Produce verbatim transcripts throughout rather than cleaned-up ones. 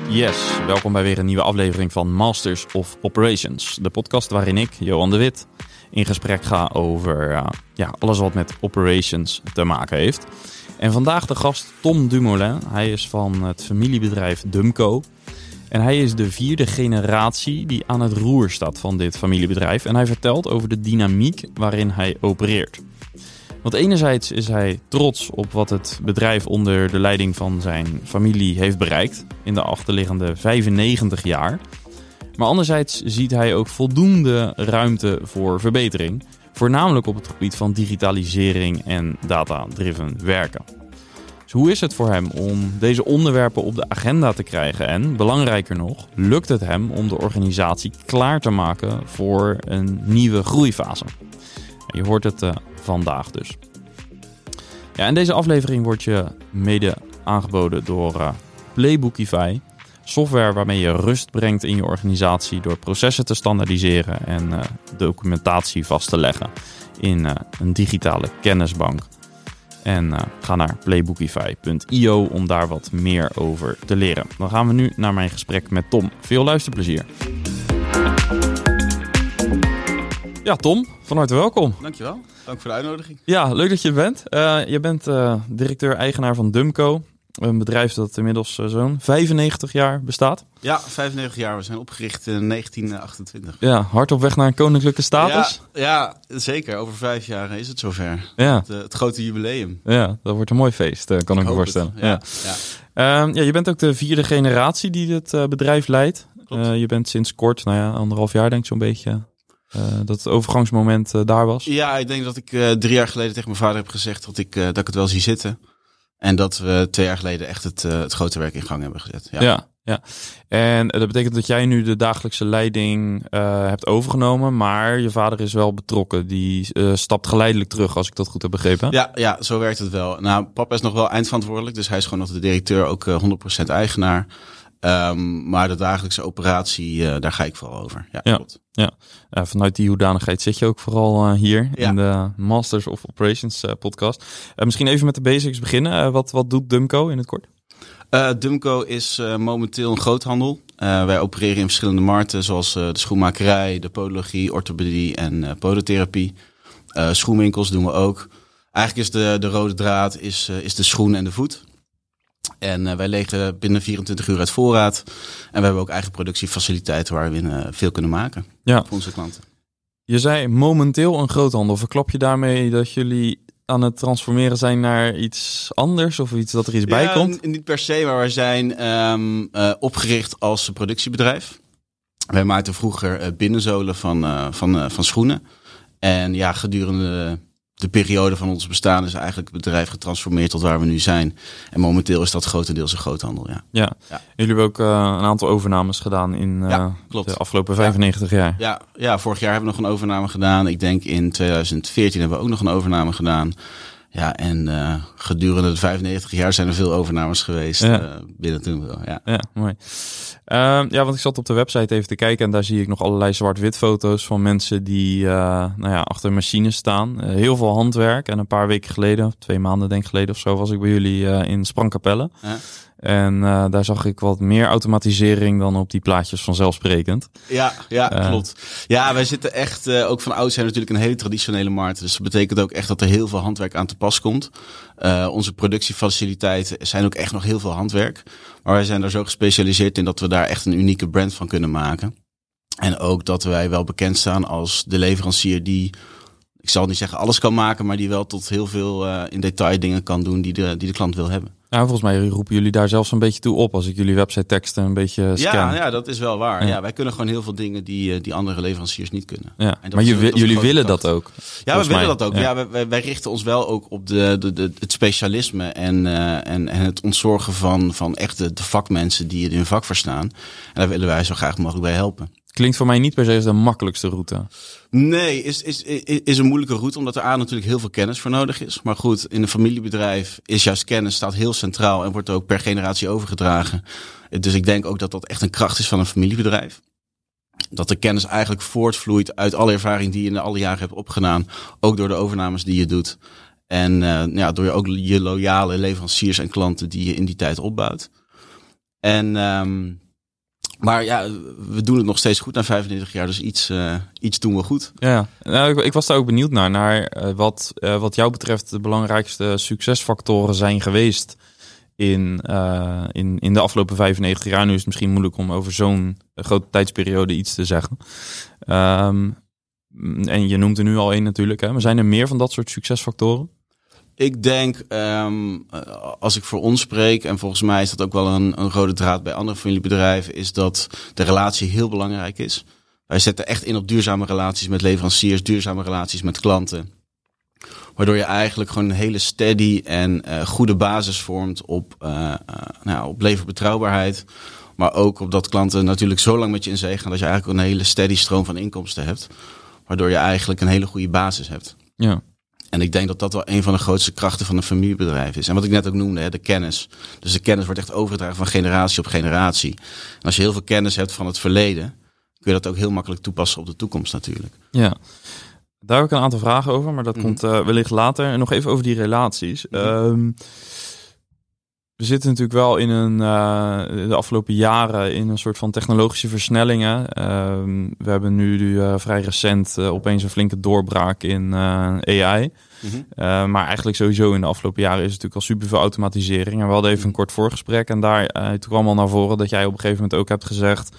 Yes, welkom bij weer een nieuwe aflevering van Masters of Operations. De podcast waarin ik, Johan de Wit, in gesprek ga over uh, ja, alles wat met operations te maken heeft. En vandaag de gast Tom Dumoulin. Hij is van het familiebedrijf Dumco. En hij is de vierde generatie die aan het roer staat van dit familiebedrijf. En hij vertelt over de dynamiek waarin hij opereert. Want enerzijds is hij trots op wat het bedrijf onder de leiding van zijn familie heeft bereikt in de achterliggende vijfennegentig jaar. Maar anderzijds ziet hij ook voldoende ruimte voor verbetering. Voornamelijk op het gebied van digitalisering en data-driven werken. Dus hoe is het voor hem om deze onderwerpen op de agenda te krijgen? En belangrijker nog, lukt het hem om de organisatie klaar te maken voor een nieuwe groeifase? Je hoort het uh, vandaag dus. Ja, en deze aflevering wordt je mede aangeboden door uh, Playbookify. Software waarmee je rust brengt in je organisatie door processen te standaardiseren en uh, documentatie vast te leggen in uh, een digitale kennisbank. En uh, ga naar playbookify punt io om daar wat meer over te leren. Dan gaan we nu naar mijn gesprek met Tom. Veel luisterplezier. Ja, Tom, van harte welkom. Dankjewel. Dank voor de uitnodiging. Ja, leuk dat je er bent. Uh, je bent uh, directeur-eigenaar van Dumco. Een bedrijf dat inmiddels uh, zo'n vijfennegentig jaar bestaat. Ja, vijfennegentig jaar. We zijn opgericht in negentien achtentwintig. Ja, hard op weg naar een koninklijke status. Ja, ja, zeker. Over vijf jaar is het zover. Ja. Het, uh, het grote jubileum. Ja, dat wordt een mooi feest, uh, kan ik, ik me voorstellen. Ja, ja. Ja. Uh, ja, je bent ook de vierde generatie die het uh, bedrijf leidt. Uh, je bent sinds kort, nou ja, anderhalf jaar denk ik zo'n beetje... Uh, dat het overgangsmoment uh, daar was. Ja, ik denk dat ik uh, drie jaar geleden tegen mijn vader heb gezegd dat ik, uh, dat ik het wel zie zitten. En dat we twee jaar geleden echt het, uh, het grote werk in gang hebben gezet. Ja, ja. ja. En uh, dat betekent dat jij nu de dagelijkse leiding uh, hebt overgenomen, maar je vader is wel betrokken. Die uh, stapt geleidelijk terug, als ik dat goed heb begrepen. Ja, ja, zo werkt het wel. Nou, papa is nog wel eindverantwoordelijk, dus hij is gewoon nog de directeur, ook uh, honderd procent eigenaar. Um, maar de dagelijkse operatie, uh, daar ga ik vooral over. Ja, ja, klopt. Ja. Uh, vanuit die hoedanigheid zit je ook vooral uh, hier ja. in de Masters of Operations uh, podcast. Uh, misschien even met de basics beginnen. Uh, wat, wat doet Dumco in het kort? Uh, Dumco is uh, momenteel een groothandel. Uh, wij opereren in verschillende markten, zoals uh, de schoenmakerij, de podologie, orthopedie en uh, podotherapie. Uh, schoenwinkels doen we ook. Eigenlijk is de, de rode draad is, uh, is de schoen en de voet. En uh, wij legen binnen vierentwintig uur uit voorraad. En we hebben ook eigen productiefaciliteiten waar we uh, veel kunnen maken ja. voor onze klanten. Je zei momenteel een groothandel. Verklap je daarmee dat jullie aan het transformeren zijn naar iets anders of iets dat er iets ja, bij komt? N- niet per se, maar wij zijn um, uh, opgericht als productiebedrijf. Wij maakten vroeger uh, binnenzolen van, uh, van, uh, van schoenen. En ja, gedurende de periode van ons bestaan is eigenlijk het bedrijf getransformeerd tot waar we nu zijn. En momenteel is dat grotendeels een groothandel, ja. Ja, ja. Jullie hebben ook uh, een aantal overnames gedaan in uh, ja, de afgelopen vijfennegentig ja. jaar. Ja, ja, vorig jaar hebben we nog een overname gedaan. Ik denk in tweeduizend veertien hebben we ook nog een overname gedaan. Ja, en uh, gedurende de vijfennegentig jaar zijn er veel overnames geweest ja. uh, binnen Dumco. Ja. ja, mooi. Uh, ja, want ik zat op de website even te kijken en daar zie ik nog allerlei zwart-wit foto's van mensen die uh, nou ja, achter machines staan. Uh, heel veel handwerk en een paar weken geleden, twee maanden denk ik geleden of zo, was ik bij jullie uh, in Sprangkapelle. Ja. En uh, daar zag ik wat meer automatisering dan op die plaatjes vanzelfsprekend. Ja, ja uh, klopt. Ja, wij zitten echt, uh, ook van ouds zijn natuurlijk een hele traditionele markt. Dus dat betekent ook echt dat er heel veel handwerk aan te pas komt. Uh, onze productiefaciliteiten zijn ook echt nog heel veel handwerk. Maar wij zijn daar zo gespecialiseerd in dat we daar echt een unieke brand van kunnen maken. En ook dat wij wel bekend staan als de leverancier die, ik zal niet zeggen alles kan maken, maar die wel tot heel veel uh, in detail dingen kan doen die de, die de klant wil hebben. Ja, volgens mij roepen jullie daar zelfs een beetje toe op als ik jullie website teksten een beetje scan. Ja, ja, dat is wel waar. Ja. Ja, wij kunnen gewoon heel veel dingen die, die andere leveranciers niet kunnen. Ja. Maar je, is, jullie willen dat ook? Ja, we willen mij. dat ook. Ja. Ja, wij, wij richten ons wel ook op de, de, de, het specialisme en, uh, en, en het ontzorgen van, van echt de, de vakmensen die het in hun vak verstaan. En daar willen wij zo graag mogelijk bij helpen. Klinkt voor mij niet per se als de makkelijkste route. Nee, is, is, is een moeilijke route, omdat er A natuurlijk heel veel kennis voor nodig is. Maar goed, in een familiebedrijf is juist kennis staat heel centraal en wordt ook per generatie overgedragen. Dus ik denk ook dat dat echt een kracht is van een familiebedrijf. Dat de kennis eigenlijk voortvloeit uit alle ervaring die je in alle jaren hebt opgedaan. Ook door de overnames die je doet. En uh, ja, door je ook je loyale leveranciers en klanten die je in die tijd opbouwt. En, um, maar ja, we doen het nog steeds goed na vijfentwintig jaar. Dus iets, uh, iets doen we goed. Ja, nou, ik, ik was daar ook benieuwd naar. Naar uh, wat, uh, wat jou betreft de belangrijkste succesfactoren zijn geweest in, uh, in, in de afgelopen vijfennegentig jaar. Nu is het misschien moeilijk om over zo'n grote tijdsperiode iets te zeggen. Um, en je noemt er nu al één natuurlijk. Hè? Maar zijn er meer van dat soort succesfactoren? Ik denk, um, als ik voor ons spreek, en volgens mij is dat ook wel een, een rode draad bij andere familiebedrijven, is dat de relatie heel belangrijk is. Wij zetten echt in op duurzame relaties met leveranciers, duurzame relaties met klanten. Waardoor je eigenlijk gewoon een hele steady en uh, goede basis vormt op, uh, uh, nou, op leverbetrouwbaarheid. Maar ook op dat klanten natuurlijk zo lang met je in zee gaan dat je eigenlijk een hele steady stroom van inkomsten hebt. Waardoor je eigenlijk een hele goede basis hebt. Ja. En ik denk dat dat wel een van de grootste krachten van een familiebedrijf is. En wat ik net ook noemde, hè, de kennis. Dus de kennis wordt echt overgedragen van generatie op generatie. En als je heel veel kennis hebt van het verleden, kun je dat ook heel makkelijk toepassen op de toekomst natuurlijk. Ja, daar heb ik een aantal vragen over, maar dat mm. komt uh, wellicht later. En nog even over die relaties. Mm. Um, we zitten natuurlijk wel in een, uh, de afgelopen jaren in een soort van technologische versnellingen. Um, we hebben nu uh, vrij recent uh, opeens een flinke doorbraak in uh, A I. Mm-hmm. Uh, maar eigenlijk sowieso in de afgelopen jaren is het natuurlijk al superveel automatisering. En we hadden even een kort voorgesprek en daar uh, toen kwam al naar voren dat jij op een gegeven moment ook hebt gezegd,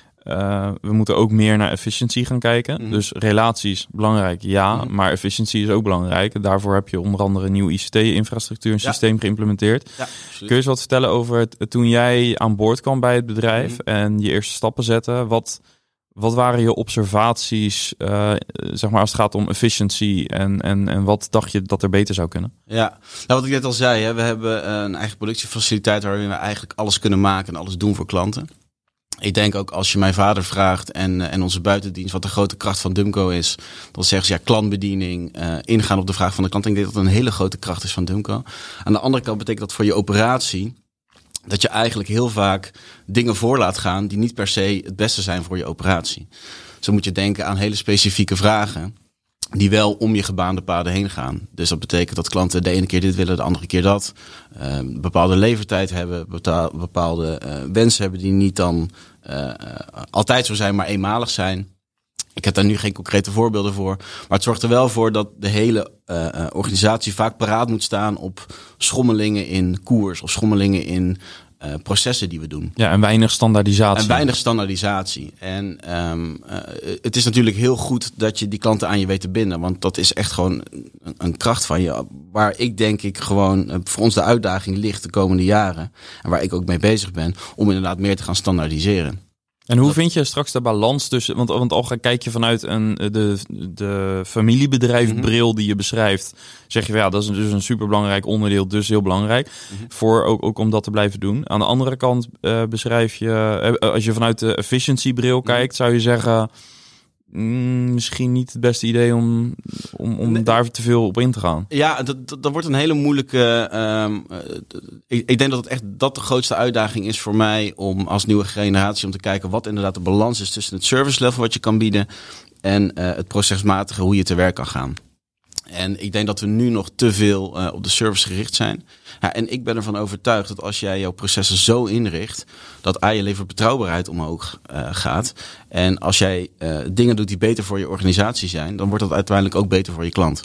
Uh, we moeten ook meer naar efficiëntie gaan kijken. Mm-hmm. Dus relaties, belangrijk, ja. Mm-hmm. Maar efficiëntie is ook belangrijk. Daarvoor heb je onder andere een nieuwe I C T-infrastructuur, een ja. systeem geïmplementeerd. Ja, kun je eens wat vertellen over het, toen jij aan boord kwam bij het bedrijf mm-hmm. en je eerste stappen zette? Wat, wat waren je observaties, uh, zeg maar, als het gaat om efficiëntie en, en, en wat dacht je dat er beter zou kunnen? Ja, nou, wat ik net al zei, hè, we hebben een eigen productiefaciliteit waarin we eigenlijk alles kunnen maken en alles doen voor klanten. Ik denk ook als je mijn vader vraagt en, en onze buitendienst wat de grote kracht van Dumco is, dan zeggen ze ja, klantbediening, uh, ingaan op de vraag van de klant. Ik denk dat dat een hele grote kracht is van Dumco. Aan de andere kant betekent dat voor je operatie dat je eigenlijk heel vaak dingen voor laat gaan die niet per se het beste zijn voor je operatie. Zo moet je denken aan hele specifieke vragen die wel om je gebaande paden heen gaan. Dus dat betekent dat klanten de ene keer dit willen, de andere keer dat. Uh, bepaalde levertijd hebben, bepaalde uh, wensen hebben die niet dan uh, uh, altijd zo zijn, maar eenmalig zijn. Ik heb daar nu geen concrete voorbeelden voor. Maar het zorgt er wel voor dat de hele uh, uh, organisatie vaak paraat moet staan op schommelingen in koers of schommelingen in Uh, processen die we doen. Ja, en weinig standaardisatie. En weinig standaardisatie. En um, uh, het is natuurlijk heel goed dat je die klanten aan je weet te binden. Want dat is echt gewoon een, een kracht van je. Waar ik denk ik gewoon uh, voor ons de uitdaging ligt de komende jaren. En waar ik ook mee bezig ben. Om inderdaad meer te gaan standaardiseren. En hoe vind je straks de balans tussen, want, want al kijk je vanuit een, de, de familiebedrijfbril mm-hmm. die je beschrijft, zeg je van ja, dat is dus een superbelangrijk onderdeel, dus heel belangrijk, mm-hmm. voor ook, ook om dat te blijven doen. Aan de andere kant uh, beschrijf je, uh, als je vanuit de efficiencybril mm-hmm. kijkt, zou je zeggen, mm, misschien niet het beste idee om, om, om nee. daar te veel op in te gaan. Ja, dat, dat, dat wordt een hele moeilijke. Um, uh, ik, ik denk dat het echt dat de grootste uitdaging is voor mij om als nieuwe generatie om te kijken wat inderdaad de balans is tussen het service level wat je kan bieden en uh, het procesmatige hoe je te werk kan gaan. En ik denk dat we nu nog te veel uh, op de service gericht zijn. Ja, en ik ben ervan overtuigd dat als jij jouw processen zo inricht, dat A, je leverbetrouwbaarheid omhoog uh, gaat. En als jij uh, dingen doet die beter voor je organisatie zijn, dan wordt dat uiteindelijk ook beter voor je klant.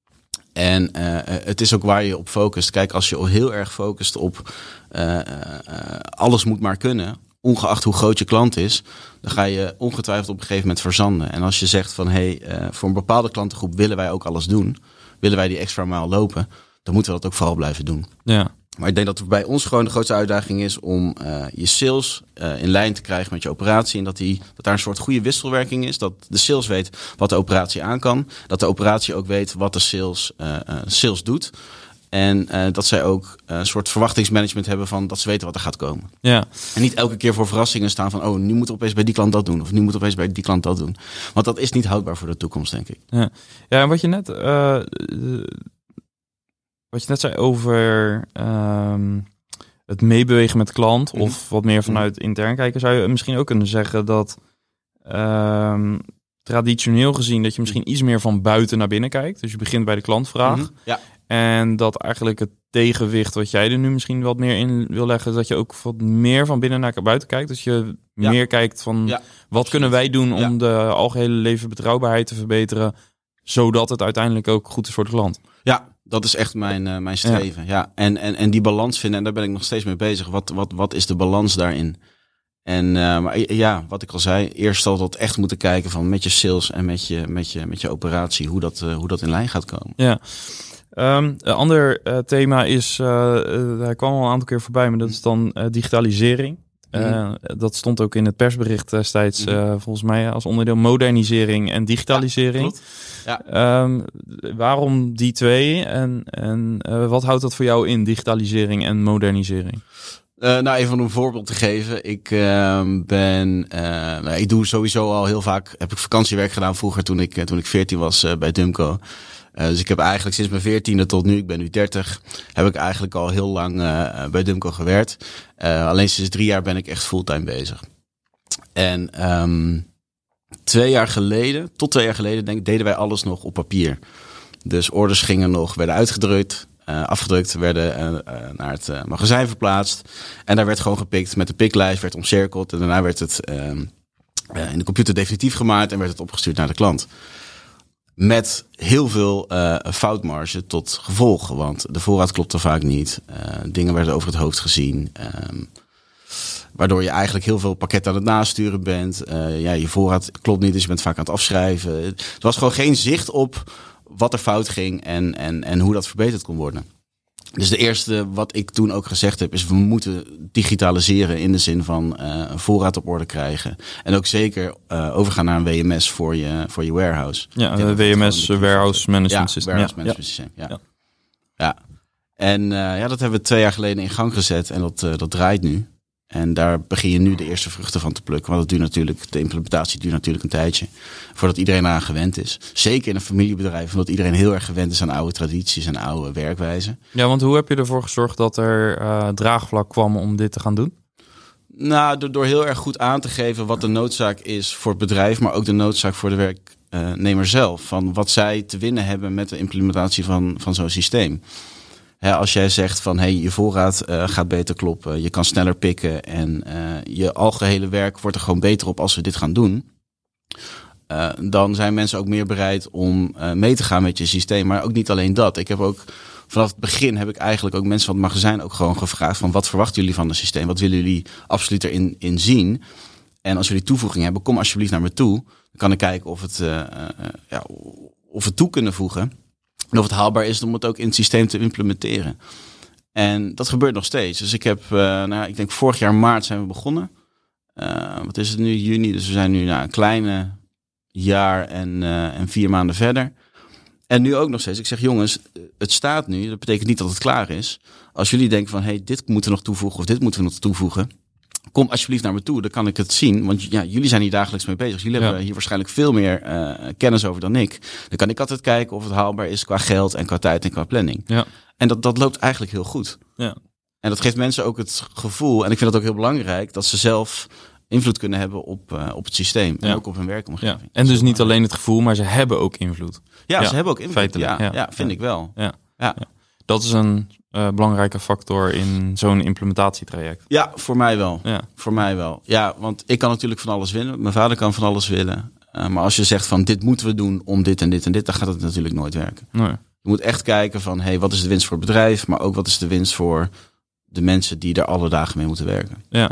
En uh, het is ook waar je op focust. Kijk, als je heel erg focust op uh, uh, alles moet maar kunnen, ongeacht hoe groot je klant is, dan ga je ongetwijfeld op een gegeven moment verzanden. En als je zegt van, hé, hey, uh, voor een bepaalde klantengroep willen wij ook alles doen, willen wij die extra maal lopen, dan moeten we dat ook vooral blijven doen. Ja. Maar ik denk dat bij ons gewoon de grootste uitdaging is om uh, je sales uh, in lijn te krijgen met je operatie. En dat, die, dat daar een soort goede wisselwerking is. Dat de sales weet wat de operatie aan kan. Dat de operatie ook weet wat de sales, uh, uh, sales doet. En uh, dat zij ook uh, een soort verwachtingsmanagement hebben van dat ze weten wat er gaat komen. Ja. En niet elke keer voor verrassingen staan van, oh, nu moet we opeens bij die klant dat doen. Of nu moet we opeens bij die klant dat doen. Want dat is niet houdbaar voor de toekomst, denk ik. Ja, ja en wat je net... Uh, Wat je net zei over um, het meebewegen met klant, mm-hmm. of wat meer vanuit intern kijken, zou je misschien ook kunnen zeggen dat um, traditioneel gezien dat je misschien iets meer van buiten naar binnen kijkt. Dus je begint bij de klantvraag. Mm-hmm. Ja. En dat eigenlijk het tegenwicht wat jij er nu misschien wat meer in wil leggen, dat je ook wat meer van binnen naar buiten kijkt. Dus je ja. meer kijkt van ja, wat absoluut. Kunnen wij doen om ja. de algehele levenbetrouwbaarheid te verbeteren, zodat het uiteindelijk ook goed is voor de klant. Ja, dat is echt mijn, uh, mijn streven. Ja. Ja. En, en, en die balans vinden, en daar ben ik nog steeds mee bezig. Wat, wat, wat is de balans daarin? En uh, maar ja, wat ik al zei, eerst zal dat echt moeten kijken van met je sales en met je, met je, met je operatie, hoe dat, uh, hoe dat in lijn gaat komen. Ja. Um, een ander uh, thema is, uh, uh, hij kwam al een aantal keer voorbij, maar dat is dan uh, digitalisering. Uh, mm. Dat stond ook in het persbericht destijds, uh, volgens mij als onderdeel modernisering en digitalisering. Ja, ja. Um, waarom die twee en, en uh, wat houdt dat voor jou in, digitalisering en modernisering? Uh, nou, even om een voorbeeld te geven. Ik uh, ben, uh, nou, ik doe sowieso al heel vaak, heb ik vakantiewerk gedaan vroeger toen ik, toen ik veertien was uh, bij Dumco. Uh, dus ik heb eigenlijk sinds mijn veertiende tot nu, ik ben nu dertig, heb ik eigenlijk al heel lang uh, bij Dumco gewerkt. Uh, alleen sinds drie jaar ben ik echt fulltime bezig. En um, twee jaar geleden, tot twee jaar geleden denk ik, deden wij alles nog op papier. Dus orders gingen nog, werden uitgedrukt, uh, afgedrukt, werden uh, uh, naar het uh, magazijn verplaatst. En daar werd gewoon gepikt met de piklijst, werd omcirkeld en daarna werd het uh, uh, in de computer definitief gemaakt en werd het opgestuurd naar de klant. Met heel veel uh, foutmarge tot gevolg. Want de voorraad klopte vaak niet. Uh, dingen werden over het hoofd gezien. Um, waardoor je eigenlijk heel veel pakketten aan het nasturen bent. Uh, ja, je voorraad klopt niet, dus je bent vaak aan het afschrijven. Er was gewoon geen zicht op wat er fout ging en, en, en hoe dat verbeterd kon worden. Dus de eerste wat ik toen ook gezegd heb is we moeten digitaliseren in de zin van uh, een voorraad op orde krijgen. En ook zeker uh, overgaan naar een W M S voor je, voor je warehouse. Ja, een W M S, Warehouse Management ja, System. Warehouse ja, Management ja. System, ja. ja. ja. En uh, ja, dat hebben we twee jaar geleden in gang gezet en dat, uh, dat draait nu. En daar begin je nu de eerste vruchten van te plukken. Want dat duurt natuurlijk, de implementatie duurt natuurlijk een tijdje. Voordat iedereen eraan gewend is. Zeker in een familiebedrijf. Omdat iedereen heel erg gewend is aan oude tradities en oude werkwijzen. Ja, want hoe heb je ervoor gezorgd dat er uh, draagvlak kwam om dit te gaan doen? Nou, door, door heel erg goed aan te geven wat de noodzaak is voor het bedrijf. Maar ook de noodzaak voor de werknemer zelf. Van wat zij te winnen hebben met de implementatie van, van zo'n systeem. He, als jij zegt van hey, je voorraad uh, gaat beter kloppen, je kan sneller pikken en uh, je algehele werk wordt er gewoon beter op als we dit gaan doen. Uh, dan zijn mensen ook meer bereid om uh, mee te gaan met je systeem. Maar ook niet alleen dat. Ik heb ook vanaf het begin heb ik eigenlijk ook mensen van het magazijn ook gewoon gevraagd van wat verwachten jullie van het systeem? Wat willen jullie absoluut erin in zien? En als jullie toevoeging hebben, kom alsjeblieft naar me toe. Dan kan ik kijken of het, uh, uh, ja, of we toe kunnen voegen. En of het haalbaar is om het ook in het systeem te implementeren. En dat gebeurt nog steeds. Dus ik heb, uh, nou, ik denk vorig jaar maart zijn we begonnen. Uh, wat is het nu? Juni. Dus we zijn nu nou, een kleine jaar en, uh, en vier maanden verder. En nu ook nog steeds. Ik zeg jongens, het staat nu. Dat betekent niet dat het klaar is. Als jullie denken van, hey, dit moeten we nog toevoegen of dit moeten we nog toevoegen. Kom alsjeblieft naar me toe, dan kan ik het zien. Want ja, jullie zijn hier dagelijks mee bezig. Jullie ja. hebben hier waarschijnlijk veel meer uh, kennis over dan ik. Dan kan ik altijd kijken of het haalbaar is qua geld en qua tijd en qua planning. Ja. En dat, dat loopt eigenlijk heel goed. Ja. En dat geeft mensen ook het gevoel, en ik vind dat ook heel belangrijk, dat ze zelf invloed kunnen hebben op, uh, op het systeem. En ja. ook op hun werkomgeving. Ja. En dus niet alleen het gevoel, maar ze hebben ook invloed. Ja, ja. ze hebben ook invloed. Feitelijk. Ja, ja. ja vind ja. ik wel. Ja. Ja. Ja. Dat is een uh, belangrijke factor in zo'n implementatietraject. Ja, voor mij wel. Ja. Voor mij wel. Ja, want ik kan natuurlijk van alles willen. Mijn vader kan van alles willen. Uh, maar als je zegt van dit moeten we doen om dit en dit en dit, dan gaat het natuurlijk nooit werken. Nee. Je moet echt kijken van hey, wat is de winst voor het bedrijf, maar ook wat is de winst voor de mensen die er alle dagen mee moeten werken. Ja.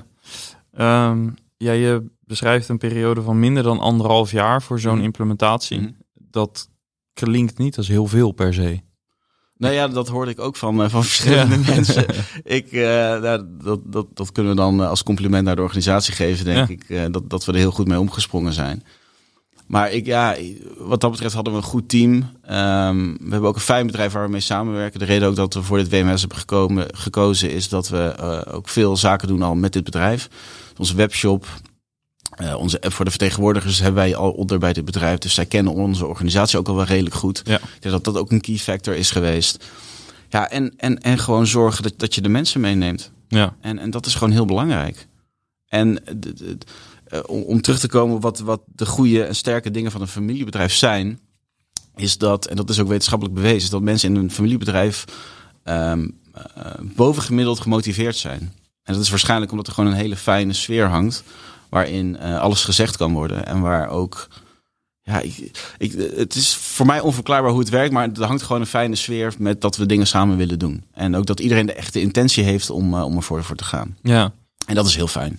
Um, ja, je beschrijft een periode van minder dan anderhalf jaar voor zo'n mm. implementatie. Mm. Dat klinkt niet als heel veel per se. Nou ja, dat hoorde ik ook van, uh, van verschillende ja. mensen. Ik, uh, nou, dat, dat, dat kunnen we dan als compliment naar de organisatie geven, denk ja. ik. Uh, dat, dat we er heel goed mee omgesprongen zijn. Maar ik, ja, wat dat betreft hadden we een goed team. Um, we hebben ook een fijn bedrijf waar we mee samenwerken. De reden ook dat we voor dit W M S hebben gekomen, gekozen is dat we uh, ook veel zaken doen al met dit bedrijf. Onze webshop, uh, onze app voor de vertegenwoordigers hebben wij al onder bij dit bedrijf. Dus zij kennen onze organisatie ook al wel redelijk goed. Ja. Ik denk dat dat ook een key factor is geweest. Ja, en, en, en gewoon zorgen dat, dat je de mensen meeneemt. Ja. En, en dat is gewoon heel belangrijk. En d, d, Uh, om, om terug te komen wat, wat de goede en sterke dingen van een familiebedrijf zijn, is dat, en dat is ook wetenschappelijk bewezen, is dat mensen in een familiebedrijf um, uh, bovengemiddeld gemotiveerd zijn. En dat is waarschijnlijk omdat er gewoon een hele fijne sfeer hangt, waarin uh, alles gezegd kan worden en waar ook... Ja, ik, ik, het is voor mij onverklaarbaar hoe het werkt, maar er hangt gewoon een fijne sfeer met dat we dingen samen willen doen. En ook dat iedereen de echte intentie heeft om, uh, om ervoor voor te gaan. Ja. En dat is heel fijn.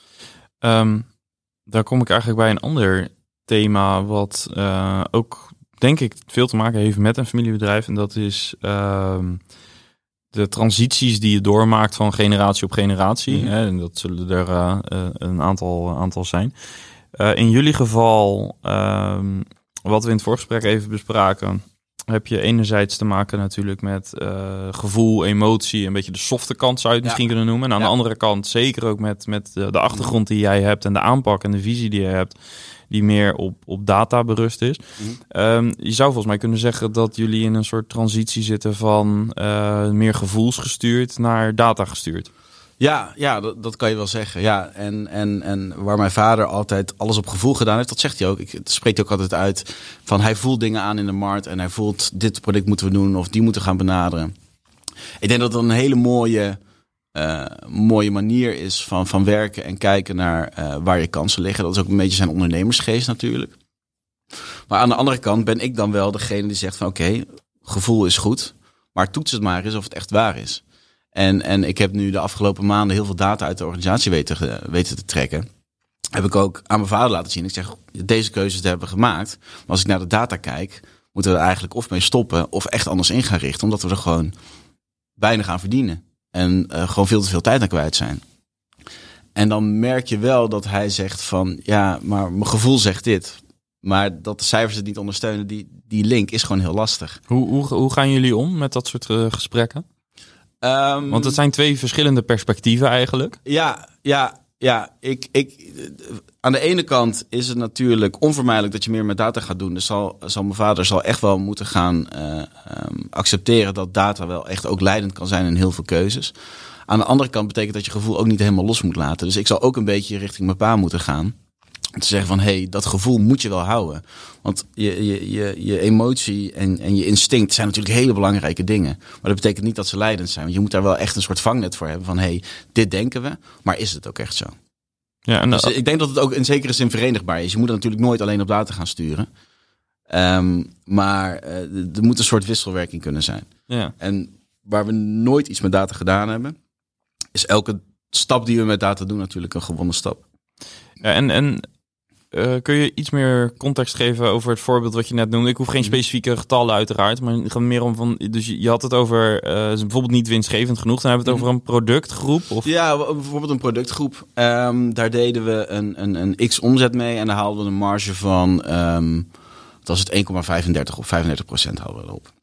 Um, daar kom ik eigenlijk bij een ander thema wat uh, ook, denk ik, veel te maken heeft met een familiebedrijf. En dat is uh, de transities die je doormaakt van generatie op generatie. Mm-hmm. Hè, en dat zullen er uh, uh, een aantal, aantal zijn. Uh, in jullie geval, uh, wat we in het voorgesprek even bespraken, heb je enerzijds te maken natuurlijk met uh, gevoel, emotie, een beetje de softe kant zou je het ja. misschien kunnen noemen. En aan ja. de andere kant zeker ook met, met de, de achtergrond die jij hebt en de aanpak en de visie die je hebt, die meer op, op data berust is. Mm-hmm. Um, je zou volgens mij kunnen zeggen dat jullie in een soort transitie zitten van uh, meer gevoelsgestuurd naar data gestuurd. Ja, ja dat, dat kan je wel zeggen. Ja, en, en, en waar mijn vader altijd alles op gevoel gedaan heeft, dat zegt hij ook. Ik, het spreekt ook altijd uit van hij voelt dingen aan in de markt en hij voelt dit product moeten we doen of die moeten gaan benaderen. Ik denk dat dat een hele mooie, uh, mooie manier is van, van werken en kijken naar uh, waar je kansen liggen. Dat is ook een beetje zijn ondernemersgeest natuurlijk. Maar aan de andere kant ben ik dan wel degene die zegt van oké, okay, gevoel is goed, maar toets het maar eens of het echt waar is. En, en ik heb nu de afgelopen maanden heel veel data uit de organisatie weten, weten te trekken. Heb ik ook aan mijn vader laten zien. Ik zeg, deze keuzes hebben we gemaakt. Maar als ik naar de data kijk, moeten we er eigenlijk of mee stoppen of echt anders in gaan richten. Omdat we er gewoon weinig aan verdienen. En uh, gewoon veel te veel tijd aan kwijt zijn. En dan merk je wel dat hij zegt van, ja, maar mijn gevoel zegt dit. Maar dat de cijfers het niet ondersteunen, die, die link is gewoon heel lastig. Hoe, hoe, hoe gaan jullie om met dat soort uh, gesprekken? Um, Want het zijn twee verschillende perspectieven eigenlijk. Ja, ja, ja. Ik, ik, aan de ene kant is het natuurlijk onvermijdelijk dat je meer met data gaat doen. Dus zal, zal mijn vader zal echt wel moeten gaan uh, um, accepteren dat data wel echt ook leidend kan zijn in heel veel keuzes. Aan de andere kant betekent dat je gevoel ook niet helemaal los moet laten. Dus ik zal ook een beetje richting mijn pa moeten gaan. Om te zeggen van, hé, hey, dat gevoel moet je wel houden. Want je, je, je, je emotie en, en je instinct zijn natuurlijk hele belangrijke dingen. Maar dat betekent niet dat ze leidend zijn. Want je moet daar wel echt een soort vangnet voor hebben van, hé, hey, dit denken we, maar is het ook echt zo? Ja, en dus uh, ik denk dat het ook in zekere zin verenigbaar is. Je moet er natuurlijk nooit alleen op data gaan sturen. Um, maar uh, er moet een soort wisselwerking kunnen zijn. Ja. En waar we nooit iets met data gedaan hebben, is elke stap die we met data doen natuurlijk een gewonnen stap. Ja, en... en... Uh, kun je iets meer context geven over het voorbeeld wat je net noemde? Ik hoef geen specifieke getallen uiteraard, maar het gaat meer om van. Dus je had het over uh, bijvoorbeeld niet winstgevend genoeg. Dan hebben we het over een productgroep. Of? Ja, bijvoorbeeld een productgroep. Um, daar deden we een, een, een x omzet mee en daar haalden we een marge van. Um, dat was het één komma vijfendertig of vijfendertig procent hadden we erop.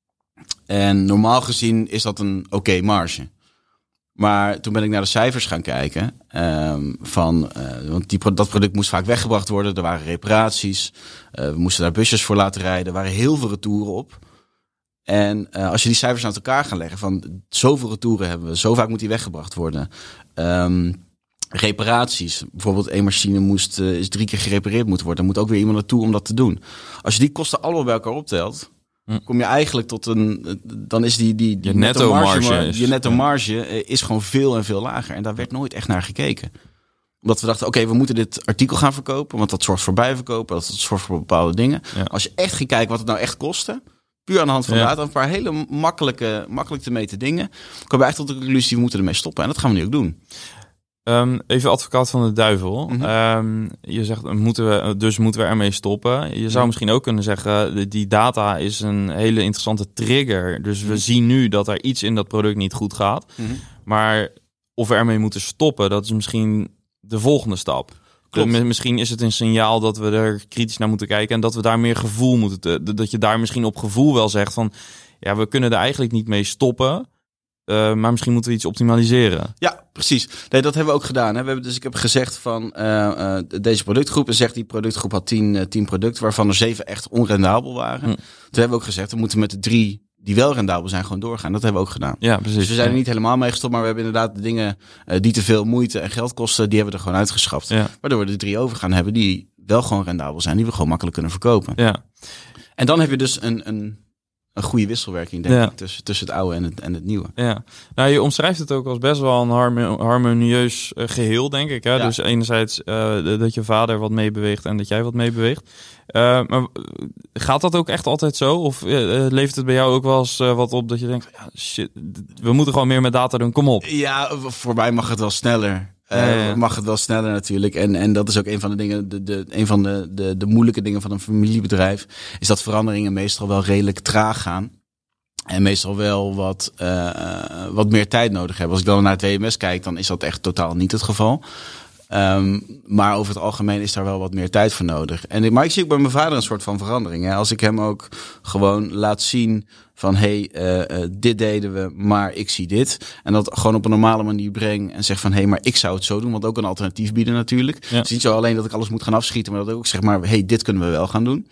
En normaal gezien is dat een oké okay marge. Maar toen ben ik naar de cijfers gaan kijken. Um, van, uh, want die, dat product moest vaak weggebracht worden. Er waren reparaties. Uh, we moesten daar busjes voor laten rijden. Er waren heel veel retouren op. En uh, als je die cijfers aan elkaar gaat leggen. Van zoveel retouren hebben we. Zo vaak moet die weggebracht worden. Um, reparaties. Bijvoorbeeld één machine moest uh, is drie keer gerepareerd moeten worden. Er moet ook weer iemand naartoe om dat te doen. Als je die kosten allemaal bij elkaar optelt, kom je eigenlijk tot een, dan is die, die, die je netto marge, marge is, je netto marge is gewoon veel en veel lager. En daar werd nooit echt naar gekeken. Omdat we dachten, oké, okay, we moeten dit artikel gaan verkopen, want dat zorgt voor bijverkopen, dat zorgt voor bepaalde dingen. Ja. Als je echt gaat kijken wat het nou echt kostte, puur aan de hand van ja. data, een paar hele makkelijke, makkelijk te meten dingen, komen we echt tot de conclusie, we moeten ermee stoppen. En dat gaan we nu ook doen. Um, even advocaat van de duivel. Mm-hmm. Um, je zegt, moeten we, dus moeten we ermee stoppen. Je zou mm-hmm. misschien ook kunnen zeggen, die data is een hele interessante trigger. Dus mm-hmm. we zien nu dat er iets in dat product niet goed gaat. Mm-hmm. Maar of we ermee moeten stoppen, dat is misschien de volgende stap. Klopt. Misschien is het een signaal dat we er kritisch naar moeten kijken en dat we daar meer gevoel moeten... Dat je daar misschien op gevoel wel zegt van, ja, we kunnen er eigenlijk niet mee stoppen. Uh, maar misschien moeten we iets optimaliseren. Ja, precies. Nee, dat hebben we ook gedaan. Hè. We hebben, dus ik heb gezegd van uh, uh, deze productgroep. En zegt die productgroep had tien, uh, tien producten, waarvan er zeven echt onrendabel waren. Hm. Toen hebben we ook gezegd, we moeten met de drie die wel rendabel zijn gewoon doorgaan. Dat hebben we ook gedaan. Ja, precies. Dus we zijn ja. er niet helemaal mee gestopt, maar we hebben inderdaad de dingen uh, die te veel moeite en geld kosten, die hebben we er gewoon uitgeschaft. Ja. Waardoor we de drie over gaan hebben die wel gewoon rendabel zijn, die we gewoon makkelijk kunnen verkopen. Ja. En dan heb je dus een, een een goede wisselwerking, denk ja. ik, tussen, tussen het oude en het, en het nieuwe. Ja, nou, je omschrijft het ook als best wel een harmo- harmonieus uh, geheel, denk ik. Hè? Ja. Dus enerzijds uh, dat je vader wat meebeweegt en dat jij wat meebeweegt. Uh, maar gaat dat ook echt altijd zo? Of uh, levert het bij jou ook wel eens uh, wat op dat je denkt, ja, shit, we moeten gewoon meer met data doen, kom op. Ja, voor mij mag het wel sneller. Uh, ja, ja. Mag het wel sneller natuurlijk. En, en dat is ook een van de dingen, de, de, een van de, de, de moeilijke dingen van een familiebedrijf, is dat veranderingen meestal wel redelijk traag gaan. En meestal wel wat, uh, wat meer tijd nodig hebben. Als ik dan naar het W M S kijk, dan is dat echt totaal niet het geval. Um, maar over het algemeen is daar wel wat meer tijd voor nodig. En, maar ik zie ook bij mijn vader een soort van verandering. Hè. Als ik hem ook gewoon laat zien van, hé, hey, uh, uh, dit deden we, maar ik zie dit. En dat gewoon op een normale manier breng en zeg van, hé, hey, maar ik zou het zo doen. Want ook een alternatief bieden natuurlijk. Ja. Het is niet zo alleen dat ik alles moet gaan afschieten, maar dat ik ook zeg maar, hé, hey, dit kunnen we wel gaan doen.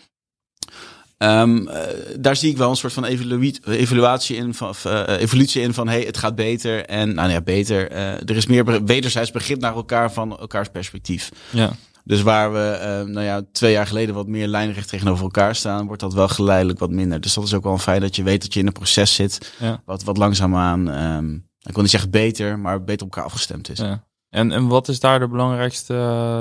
Um, uh, daar zie ik wel een soort van evalu- evaluatie in, van, uh, evolutie in van, hey, het gaat beter. En nou ja, beter. Uh, er is meer wederzijds begrip naar elkaar van elkaars perspectief. Ja. Dus waar we, uh, nou ja, twee jaar geleden wat meer lijnrecht tegenover elkaar staan, wordt dat wel geleidelijk wat minder. Dus dat is ook wel fijn dat je weet dat je in een proces zit, ja. wat, wat langzaamaan, um, ik wil niet zeggen beter, maar beter op elkaar afgestemd is. Ja. En, en wat is daar de belangrijkste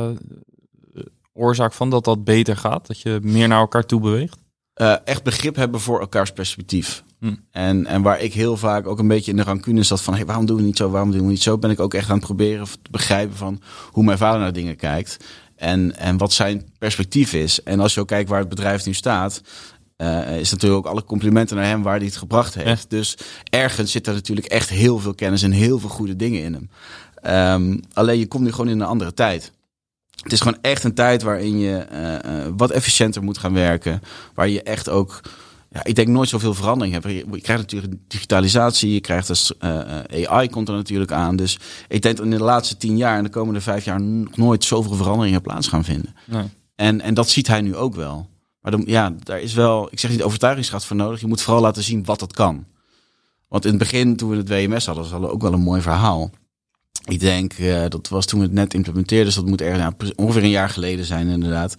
uh, oorzaak van dat dat beter gaat? Dat je meer naar elkaar toe beweegt? Uh, echt begrip hebben voor elkaars perspectief. Hm. En, en waar ik heel vaak ook een beetje in de rancune zat van, hey, waarom doen we niet zo, waarom doen we niet zo, ben ik ook echt aan het proberen te begrijpen van hoe mijn vader naar dingen kijkt. En, en wat zijn perspectief is. En als je ook kijkt waar het bedrijf nu staat, uh, is natuurlijk ook alle complimenten naar hem waar hij het gebracht heeft. Echt? Dus ergens zit er natuurlijk echt heel veel kennis en heel veel goede dingen in hem. Um, alleen je komt nu gewoon in een andere tijd. Het is gewoon echt een tijd waarin je uh, uh, wat efficiënter moet gaan werken. Waar je echt ook, ja, ik denk nooit zoveel verandering hebt. Je, je krijgt natuurlijk digitalisatie, je krijgt dus, uh, A I komt er natuurlijk aan. Dus ik denk dat in de laatste tien jaar en de komende vijf jaar nog nooit zoveel veranderingen plaats gaan vinden. Nee. En, en dat ziet hij nu ook wel. Maar dan, ja, daar is wel, ik zeg niet overtuigingskracht voor nodig. Je moet vooral laten zien wat dat kan. Want in het begin, toen we het W M S hadden, was dat ook wel een mooi verhaal. Ik denk, uh, dat was toen we het net implementeerden, dus dat moet er nou, ongeveer een jaar geleden zijn inderdaad.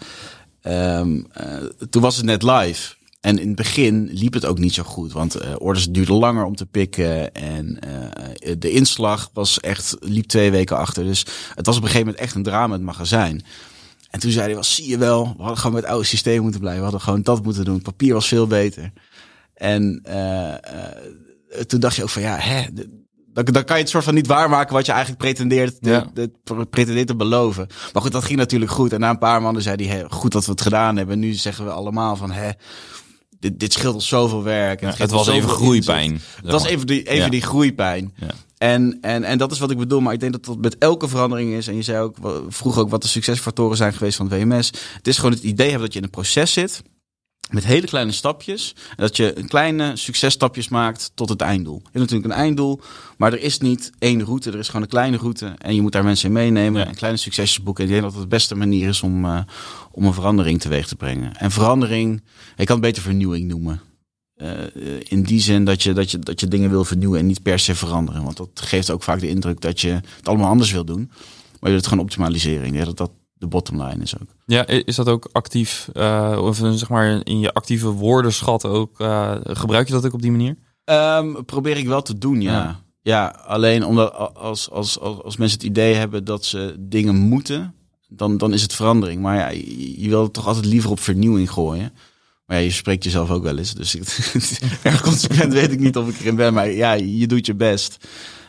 Um, uh, toen was het net live. En in het begin liep het ook niet zo goed, want uh, orders duurden langer om te pikken. En uh, de inslag was echt, liep twee weken achter. Dus het was op een gegeven moment echt een drama in het magazijn. En toen zei hij, wel, zie je wel, we hadden gewoon met het oude systeem moeten blijven. We hadden gewoon dat moeten doen. Het papier was veel beter. En uh, uh, toen dacht je ook van, ja, hè... De, Dan, dan kan je het soort van niet waarmaken wat je eigenlijk pretendeert te, ja. de, de, pretendeert te beloven. Maar goed, dat ging natuurlijk goed. En na een paar maanden zei hij, hey, goed dat we het gedaan hebben. En nu zeggen we allemaal van, hè, dit, dit scheelt ons zoveel werk. En ja, het het was even groeipijn. Het was even die, even ja. die groeipijn. Ja. En, en, en dat is wat ik bedoel. Maar ik denk dat dat met elke verandering is. En je zei ook, vroeg ook wat de succesfactoren zijn geweest van het W M S. Het is gewoon het idee hebben dat je in een proces zit. Met hele kleine stapjes. En dat je een kleine successtapjes maakt tot het einddoel. Je hebt natuurlijk een einddoel. Maar er is niet één route. Er is gewoon een kleine route. En je moet daar mensen in meenemen. Ja. En kleine succesjes boeken. En ik denk dat het de beste manier is om, uh, om een verandering teweeg te brengen. En verandering, ik kan het beter vernieuwing noemen. Uh, in die zin dat je, dat, je, dat je dingen wil vernieuwen en niet per se veranderen. Want dat geeft ook vaak de indruk dat je het allemaal anders wil doen. Maar je wil het gewoon optimaliseren. Ik denk dat dat de bottomline is ook. Ja, is dat ook actief, uh, of zeg maar in je actieve woordenschat ook, uh, gebruik je dat ook op die manier? Um, probeer ik wel te doen, ja. Ja, ja alleen omdat als, als, als, als mensen het idee hebben dat ze dingen moeten, dan, dan is het verandering. Maar ja, je, je wil het toch altijd liever op vernieuwing gooien. Maar ja, je spreekt jezelf ook wel eens. Dus ik, erg consequent weet ik niet of ik erin ben. Maar ja, je doet je best.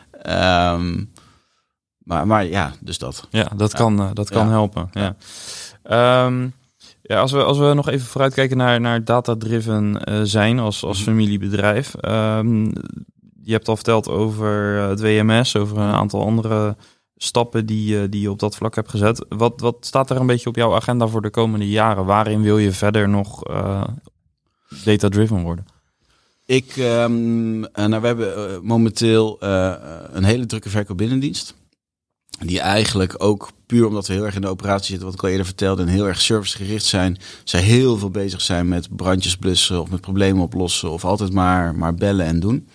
Um, Maar, maar ja, dus dat. Ja, dat ja. kan, uh, dat kan ja. helpen. Ja. Ja. Um, ja, als we als we nog even vooruitkijken naar, naar data-driven uh, zijn als, als familiebedrijf. Um, je hebt al verteld over het W M S, over een aantal andere stappen die, uh, die je op dat vlak hebt gezet. Wat, wat staat er een beetje op jouw agenda voor de komende jaren? Waarin wil je verder nog uh, data-driven worden? Ik, um, nou, we hebben uh, momenteel uh, een hele drukke verkoopbinnendienst. Die eigenlijk ook puur omdat we heel erg in de operatie zitten, wat ik al eerder vertelde, en heel erg servicegericht zijn. Zij heel veel bezig zijn met brandjes blussen of met problemen oplossen of altijd maar, maar bellen en doen.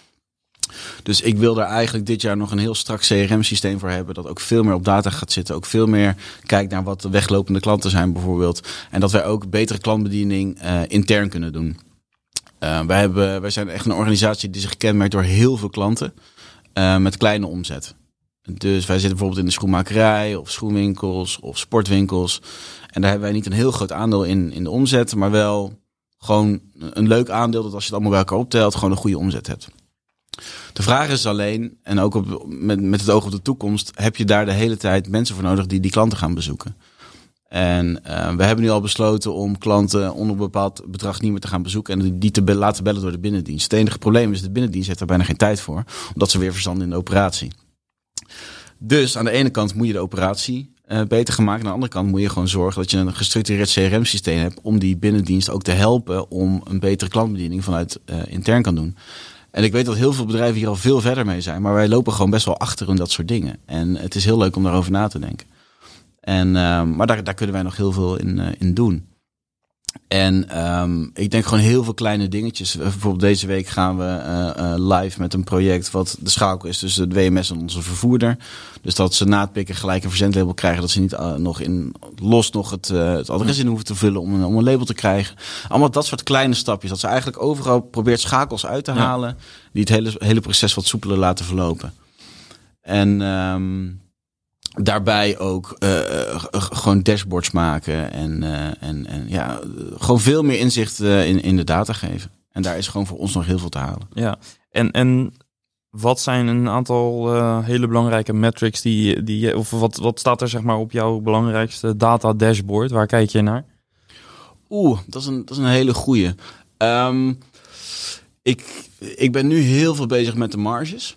Dus ik wil daar eigenlijk dit jaar nog een heel strak C R M-systeem voor hebben. Dat ook veel meer op data gaat zitten. Ook veel meer kijkt naar wat de weglopende klanten zijn bijvoorbeeld. En dat wij ook betere klantbediening uh, intern kunnen doen. Uh, wij, hebben, wij zijn echt een organisatie die zich kenmerkt door heel veel klanten uh, met kleine omzet. Dus wij zitten bijvoorbeeld in de schoenmakerij of schoenwinkels of sportwinkels. En daar hebben wij niet een heel groot aandeel in, in de omzet, maar wel gewoon een leuk aandeel dat als je het allemaal bij elkaar optelt, gewoon een goede omzet hebt. De vraag is alleen, en ook op, met, met het oog op de toekomst, heb je daar de hele tijd mensen voor nodig die die klanten gaan bezoeken. En uh, we hebben nu al besloten om klanten onder een bepaald bedrag niet meer te gaan bezoeken en die te be- laten bellen door de binnendienst. Het enige probleem is, de binnendienst heeft er bijna geen tijd voor, omdat ze weer verzanden in de operatie. Dus aan de ene kant moet je de operatie uh, beter gaan maken. Aan de andere kant moet je gewoon zorgen dat je een gestructureerd C R M-systeem hebt om die binnendienst ook te helpen om een betere klantbediening vanuit uh, intern kan doen. En ik weet dat heel veel bedrijven hier al veel verder mee zijn, maar wij lopen gewoon best wel achter in dat soort dingen. En het is heel leuk om daarover na te denken. En, uh, maar daar, daar kunnen wij nog heel veel in, uh, in doen. En um, ik denk gewoon heel veel kleine dingetjes. Bijvoorbeeld deze week gaan we uh, uh, live met een project wat de schakel is tussen de W M S en onze vervoerder. Dus dat ze na het pikken gelijk een verzendlabel krijgen. Dat ze niet uh, nog in los nog het, uh, het adres in hoeven te vullen om een, om een label te krijgen. Allemaal dat soort kleine stapjes. Dat ze eigenlijk overal probeert schakels uit te halen. Ja. Die het hele, hele proces wat soepeler laten verlopen. En um, daarbij ook uh, uh, gewoon dashboards maken en, uh, en, en ja, gewoon veel meer inzicht uh, in, in de data geven. En daar is gewoon voor ons nog heel veel te halen. Ja, en, en wat zijn een aantal uh, hele belangrijke metrics die, die of wat, wat staat er zeg maar op jouw belangrijkste data dashboard? Waar kijk je naar? Oeh, dat is een, dat is een hele goeie. Um, ik, ik ben nu heel veel bezig met de marges.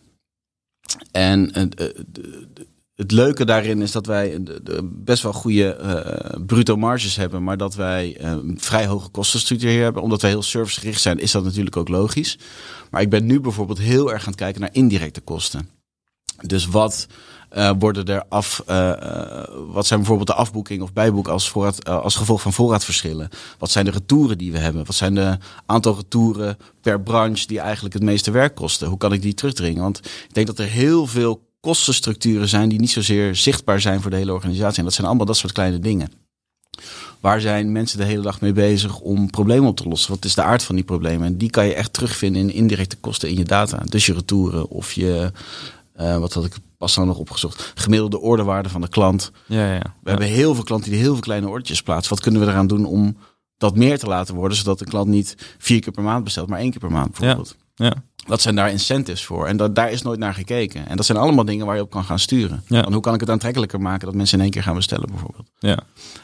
En uh, de, de, Het leuke daarin is dat wij de, de best wel goede uh, bruto marges hebben, maar dat wij uh, vrij hoge kostenstructuur hebben. Omdat wij heel servicegericht zijn, is dat natuurlijk ook logisch. Maar ik ben nu bijvoorbeeld heel erg aan het kijken naar indirecte kosten. Dus wat uh, worden er af? Uh, uh, wat zijn bijvoorbeeld de afboeking of bijboek als, voorraad, uh, als gevolg van voorraadverschillen? Wat zijn de retouren die we hebben? Wat zijn de aantal retouren per branche die eigenlijk het meeste werk kosten? Hoe kan ik die terugdringen? Want ik denk dat er heel veel kostenstructuren zijn die niet zozeer zichtbaar zijn voor de hele organisatie. En dat zijn allemaal dat soort kleine dingen. Waar zijn mensen de hele dag mee bezig om problemen op te lossen? Wat is de aard van die problemen? En die kan je echt terugvinden in indirecte kosten in je data. Dus je retouren of je, uh, wat had ik pas dan nog opgezocht, gemiddelde orderwaarde van de klant. Ja, ja, we ja. hebben heel veel klanten die heel veel kleine ordertjes plaatsen. Wat kunnen we eraan doen om dat meer te laten worden, zodat de klant niet vier keer per maand bestelt, maar één keer per maand bijvoorbeeld. Ja, ja. Wat zijn daar incentives voor? En dat, daar is nooit naar gekeken. En dat zijn allemaal dingen waar je op kan gaan sturen. Ja. Want hoe kan ik het aantrekkelijker maken dat mensen in één keer gaan bestellen bijvoorbeeld? Ja.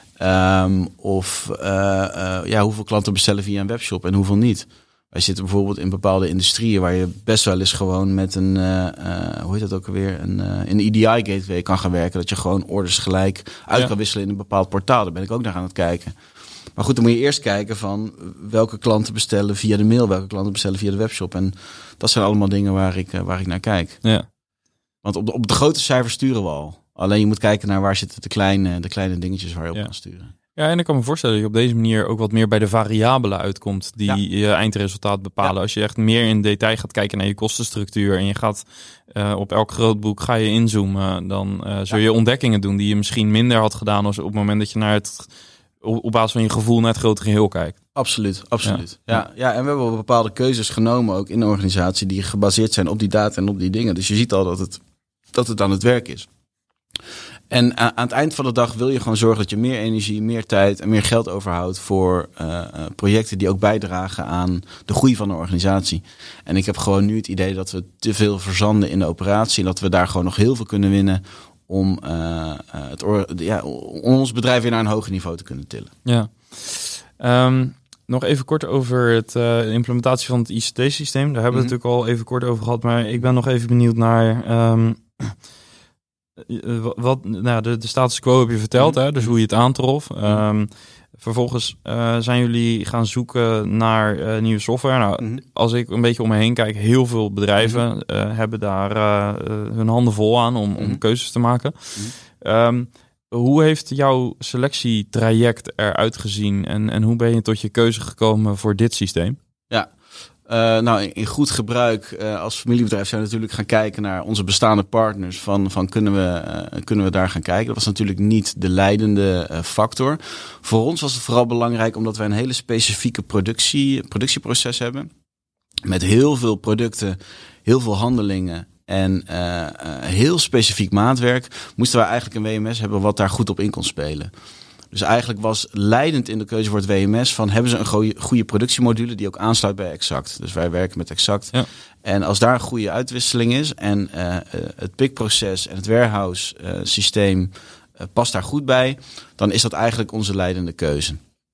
Um, of uh, uh, ja, hoeveel klanten bestellen via een webshop en hoeveel niet? Wij zitten bijvoorbeeld in bepaalde industrieën waar je best wel eens gewoon met een, uh, uh, hoe heet dat ook alweer, een, uh, een E D I-gateway kan gaan werken. Dat je gewoon orders gelijk uit ja. kan wisselen in een bepaald portaal. Daar ben ik ook naar aan het kijken. Maar goed, dan moet je eerst kijken van welke klanten bestellen via de mail, welke klanten bestellen via de webshop. En dat zijn allemaal dingen waar ik, waar ik naar kijk. Ja. Want op de, op de grote cijfers sturen we al. Alleen je moet kijken naar waar zitten de kleine, de kleine dingetjes waar je op ja. kan sturen. Ja, en ik kan me voorstellen dat je op deze manier ook wat meer bij de variabelen uitkomt die ja. je eindresultaat bepalen. Ja. Als je echt meer in detail gaat kijken naar je kostenstructuur en je gaat uh, op elk grootboek ga je inzoomen, dan uh, zul je ja. ontdekkingen doen die je misschien minder had gedaan als op het moment dat je naar het op basis van je gevoel naar het grote geheel kijkt. Absoluut, absoluut. Ja, ja, ja en we hebben bepaalde keuzes genomen ook in de organisatie die gebaseerd zijn op die data en op die dingen. Dus je ziet al dat het, dat het aan het werk is. En aan het eind van de dag wil je gewoon zorgen dat je meer energie, meer tijd en meer geld overhoudt voor uh, projecten die ook bijdragen aan de groei van de organisatie. En ik heb gewoon nu het idee dat we te veel verzanden in de operatie en dat we daar gewoon nog heel veel kunnen winnen om uh, het or- ja, om ons bedrijf weer naar een hoger niveau te kunnen tillen. Ja. Um, nog even kort over het, uh, de implementatie van het I C T-systeem. Daar hebben we mm-hmm. het natuurlijk al even kort over gehad, maar ik ben nog even benieuwd naar Um, wat, nou, de, de status quo heb je verteld, mm-hmm. hè, dus hoe je het aantrof. Um, vervolgens uh, zijn jullie gaan zoeken naar uh, nieuwe software. Nou, mm-hmm. Als ik een beetje om me heen kijk, heel veel bedrijven mm-hmm. uh, hebben daar uh, hun handen vol aan om, mm-hmm. om keuzes te maken. Mm-hmm. Um, hoe heeft jouw selectietraject eruit gezien en, en hoe ben je tot je keuze gekomen voor dit systeem? Ja, Uh, nou, in, in goed gebruik uh, als familiebedrijf zijn we natuurlijk gaan kijken naar onze bestaande partners. Van, van kunnen, we, uh, kunnen we daar gaan kijken? Dat was natuurlijk niet de leidende uh, factor. Voor ons was het vooral belangrijk omdat wij een hele specifieke productie, productieproces hebben. Met heel veel producten, heel veel handelingen en uh, uh, heel specifiek maatwerk. Moesten wij eigenlijk een W M S hebben wat daar goed op in kon spelen. Dus eigenlijk was leidend in de keuze voor het W M S van hebben ze een goede, goede productiemodule die ook aansluit bij Exact. Dus wij werken met Exact. Ja. En als daar een goede uitwisseling is en uh, het pickproces en het warehouse uh, systeem uh, past daar goed bij, dan is dat eigenlijk onze leidende keuze.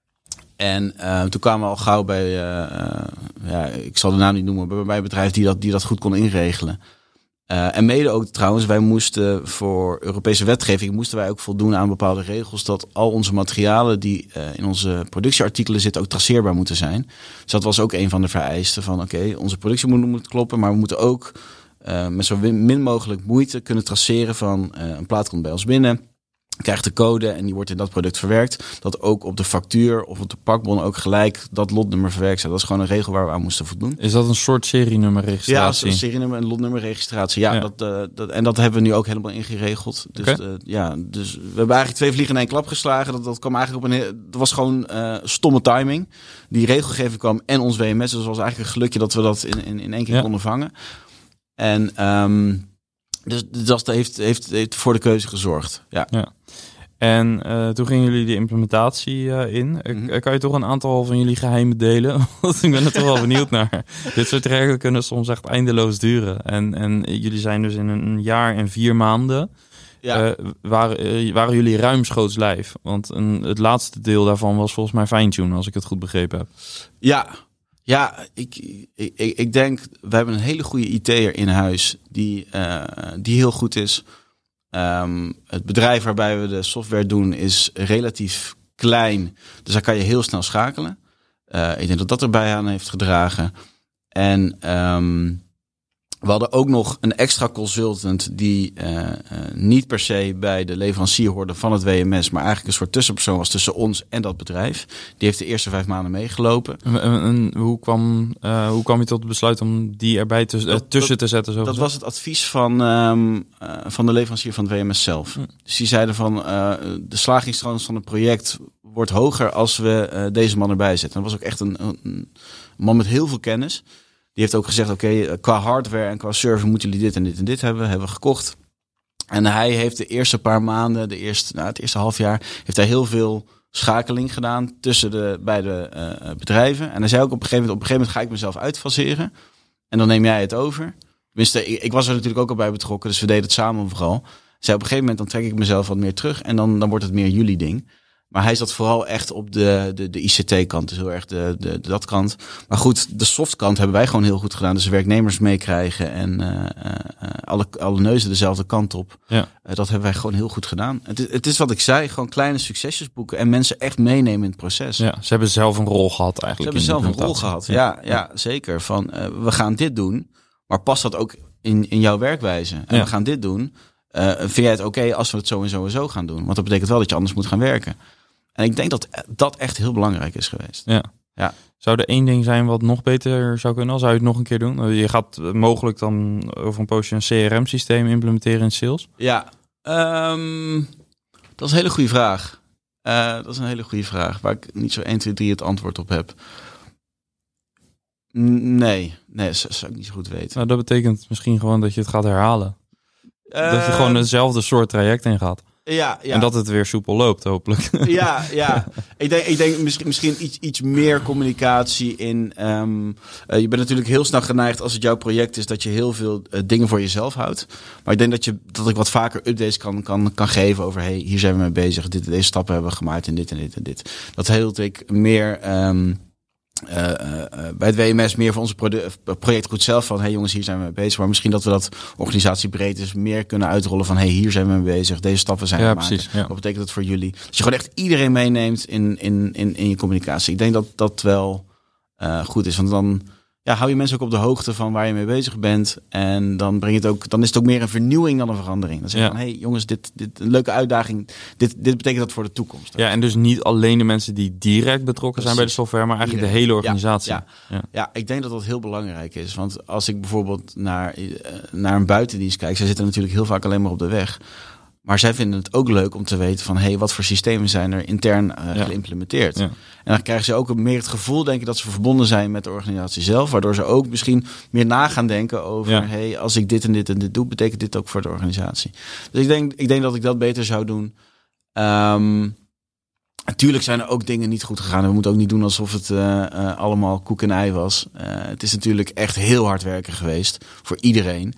En uh, toen kwamen we al gauw bij, uh, uh, ja, ik zal de naam niet noemen, maar bij een bedrijf die dat, die dat goed kon inregelen. Uh, en mede ook trouwens, wij moesten voor Europese wetgeving moesten wij ook voldoen aan bepaalde regels dat al onze materialen die uh, in onze productieartikelen zitten ook traceerbaar moeten zijn. Dus dat was ook een van de vereisten van oké, okay, onze productie moet, moet kloppen, maar we moeten ook uh, met zo min mogelijk moeite kunnen traceren van uh, een plaat komt bij ons binnen, krijgt de code en die wordt in dat product verwerkt. Dat ook op de factuur of op de pakbon ook gelijk dat lotnummer verwerkt staat. Dat is gewoon een regel waar we aan moesten voldoen. Is dat een soort serienummerregistratie? Ja, een serienummer en lotnummerregistratie. Ja, ja. Dat, uh, dat, en dat hebben we nu ook helemaal ingeregeld. Dus, okay. uh, ja, dus we hebben eigenlijk twee vliegen in één klap geslagen. Dat, dat kwam eigenlijk op een. Dat was gewoon uh, stomme timing. Die regelgeving kwam en ons W M S. Dus het was eigenlijk een gelukje dat we dat in, in, in één keer ja. konden vangen. En um, dus dat heeft, heeft, heeft voor de keuze gezorgd. Ja. ja. En uh, toen gingen jullie de implementatie uh, in. Mm-hmm. Kan je toch een aantal van jullie geheimen delen? Want ik ben er toch wel benieuwd naar. Dit soort trajecten kunnen soms echt eindeloos duren. En, en jullie zijn dus in een jaar en vier maanden. Ja. Uh, waren, uh, waren jullie ruimschoots lijf? Want een, het laatste deel daarvan was volgens mij fine-tune, als ik het goed begrepen heb. Ja, ja ik, ik, ik denk, we hebben een hele goede I T'er in huis die, uh, die heel goed is. Um, het bedrijf waarbij we de software doen is relatief klein. Dus daar kan je heel snel schakelen. Uh, ik denk dat dat erbij aan heeft gedragen. En um, we hadden ook nog een extra consultant die uh, uh, niet per se bij de leverancier hoorde van het W M S, maar eigenlijk een soort tussenpersoon was tussen ons en dat bedrijf. Die heeft de eerste vijf maanden meegelopen. En, en hoe, kwam, uh, hoe kwam je tot het besluit om die erbij te, uh, dat, tussen te zetten? Zo dat was het advies van, um, uh, van de leverancier van het W M S zelf. Hm. Dus die zeiden van uh, de slagingskans van het project wordt hoger als we uh, deze man erbij zetten. Dat was ook echt een, een man met heel veel kennis. Die heeft ook gezegd, oké, okay, qua hardware en qua server moeten jullie dit en dit en dit hebben. Hebben we gekocht. En hij heeft de eerste paar maanden, de eerste, nou, het eerste half jaar, heeft hij heel veel schakeling gedaan tussen de beide uh, bedrijven. En hij zei ook op een gegeven moment, op een gegeven moment ga ik mezelf uitfaseren. En dan neem jij het over. Tenminste, ik, ik was er natuurlijk ook al bij betrokken, dus we deden het samen vooral. Hij zei op een gegeven moment, dan trek ik mezelf wat meer terug en dan, dan wordt het meer jullie ding. Maar hij zat vooral echt op de, de, de I C T-kant, dus heel erg de, de, de dat kant. Maar goed, de softkant hebben wij gewoon heel goed gedaan. Dus de werknemers meekrijgen en uh, uh, alle, alle neuzen dezelfde kant op. Ja. Uh, dat hebben wij gewoon heel goed gedaan. Het is, het is wat ik zei, gewoon kleine succesjes boeken en mensen echt meenemen in het proces. Ja, ze hebben zelf een rol gehad eigenlijk. Ze hebben zelf een rol gehad, ja, ja, ja zeker. Van uh, we gaan dit doen, maar past dat ook in, in jouw werkwijze? En ja. we gaan dit doen. Uh, vind jij het oké okay als we het zo en zo en zo gaan doen? Want dat betekent wel dat je anders moet gaan werken. En ik denk dat dat echt heel belangrijk is geweest. Ja. Ja. Zou er één ding zijn wat nog beter zou kunnen? Zou je het nog een keer doen? Je gaat mogelijk dan over een poosje een C R M-systeem implementeren in sales? Ja, um, dat is een hele goede vraag. Uh, dat is een hele goede vraag, waar ik niet zo één, twee, drie het antwoord op heb. Nee, nee, dat zou ik niet zo goed weten. Nou, dat betekent misschien gewoon dat je het gaat herhalen. Uh, dat je gewoon hetzelfde soort traject in gaat. Ja, ja. En dat het weer soepel loopt, hopelijk. Ja, ja. Ik denk, ik denk misschien, misschien iets, iets meer communicatie in. Um, uh, je bent natuurlijk heel snel geneigd als het jouw project is dat je heel veel uh, dingen voor jezelf houdt. Maar ik denk dat, je, dat ik wat vaker updates kan, kan, kan geven over hey, hier zijn we mee bezig. Dit, deze stappen hebben we gemaakt en dit en dit en dit. Dat hield ik meer. Um, Uh, uh, bij het W M S meer voor onze produ- projectgroep zelf van hey jongens, hier zijn we mee bezig. Maar misschien dat we dat organisatiebreed is meer kunnen uitrollen van hey, hier zijn we mee bezig. Deze stappen zijn we ja, maken. Precies, ja. Wat betekent dat voor jullie? Dat je gewoon echt iedereen meeneemt in, in, in, in je communicatie. Ik denk dat dat wel uh, goed is. Want dan, ja, hou je mensen ook op de hoogte van waar je mee bezig bent. En dan breng je het ook, dan is het ook meer een vernieuwing dan een verandering. Dan zeg je Ja. van, hé hey, jongens, dit, dit een leuke uitdaging. Dit, dit betekent dat voor de toekomst. Ja, en dus niet alleen de mensen die direct betrokken zijn bij de software, maar eigenlijk de hele organisatie. Ja, ja. Ja. ja, ik denk dat dat heel belangrijk is. Want als ik bijvoorbeeld naar, uh, naar een buitendienst kijk, zij zitten natuurlijk heel vaak alleen maar op de weg. Maar zij vinden het ook leuk om te weten van, hé, hey, wat voor systemen zijn er intern uh, ja. geïmplementeerd. Ja. En dan krijgen ze ook meer het gevoel, denk ik, dat ze verbonden zijn met de organisatie zelf. Waardoor ze ook misschien meer na gaan denken over, ja. hé, hey, als ik dit en dit en dit doe, betekent dit ook voor de organisatie. Dus ik denk, ik denk dat ik dat beter zou doen. Um, Natuurlijk zijn er ook dingen niet goed gegaan. En we moeten ook niet doen alsof het uh, uh, allemaal koek en ei was. Uh, het is natuurlijk echt heel hard werken geweest voor iedereen.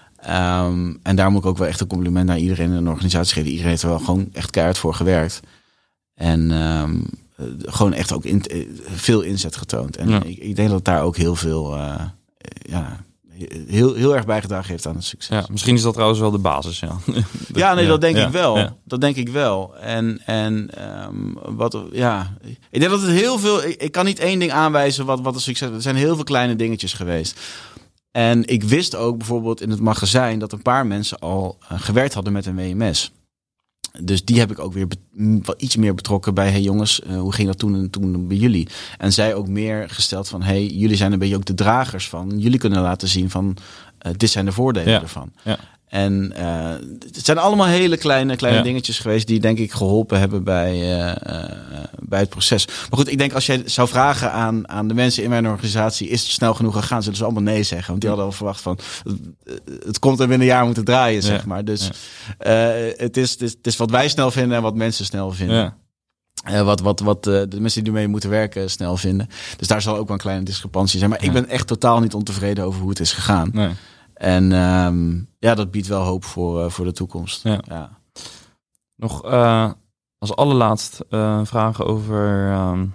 Um, en daar moet ik ook wel echt een compliment naar iedereen in een organisatie geven. Iedereen heeft er wel gewoon echt keihard voor gewerkt. En um, uh, gewoon echt ook in, uh, veel inzet getoond. En ja. ik, ik denk dat daar ook heel veel, uh, ja, heel, heel erg bijgedragen heeft aan het succes. Ja, misschien is dat trouwens wel de basis. Ja, ja nee, ja. dat denk ja. ik wel. Ja. Dat denk ik wel. En, en um, wat, ja, ik denk dat het heel veel. Ik, ik kan niet één ding aanwijzen wat, wat een succes is. Er zijn heel veel kleine dingetjes geweest. En ik wist ook bijvoorbeeld in het magazijn dat een paar mensen al uh, gewerkt hadden met een W M S. Dus die heb ik ook weer be- iets meer betrokken bij, hey jongens, uh, hoe ging dat toen en toen bij jullie? En zij ook meer gesteld van, hey, jullie zijn een beetje ook de dragers van. Jullie kunnen laten zien van, uh, dit zijn de voordelen ja. ervan. Ja. En uh, het zijn allemaal hele kleine, kleine ja. dingetjes geweest die denk ik geholpen hebben bij, uh, uh, bij het proces. Maar goed, ik denk als jij zou vragen aan, aan de mensen in mijn organisatie, is het snel genoeg gegaan? Zullen ze allemaal nee zeggen. Want die hadden al verwacht van, het komt er binnen een jaar moeten draaien, zeg ja. maar. Dus ja. uh, het, is, het, is, het is wat wij snel vinden en wat mensen snel vinden. Ja. Uh, wat wat, wat uh, de mensen die ermee moeten werken snel vinden. Dus daar zal ook wel een kleine discrepantie zijn. Maar ja. ik ben echt totaal niet ontevreden over hoe het is gegaan. Nee. En um, ja, dat biedt wel hoop voor, uh, voor de toekomst. Ja. Ja. Nog uh, als allerlaatst uh, vragen over um,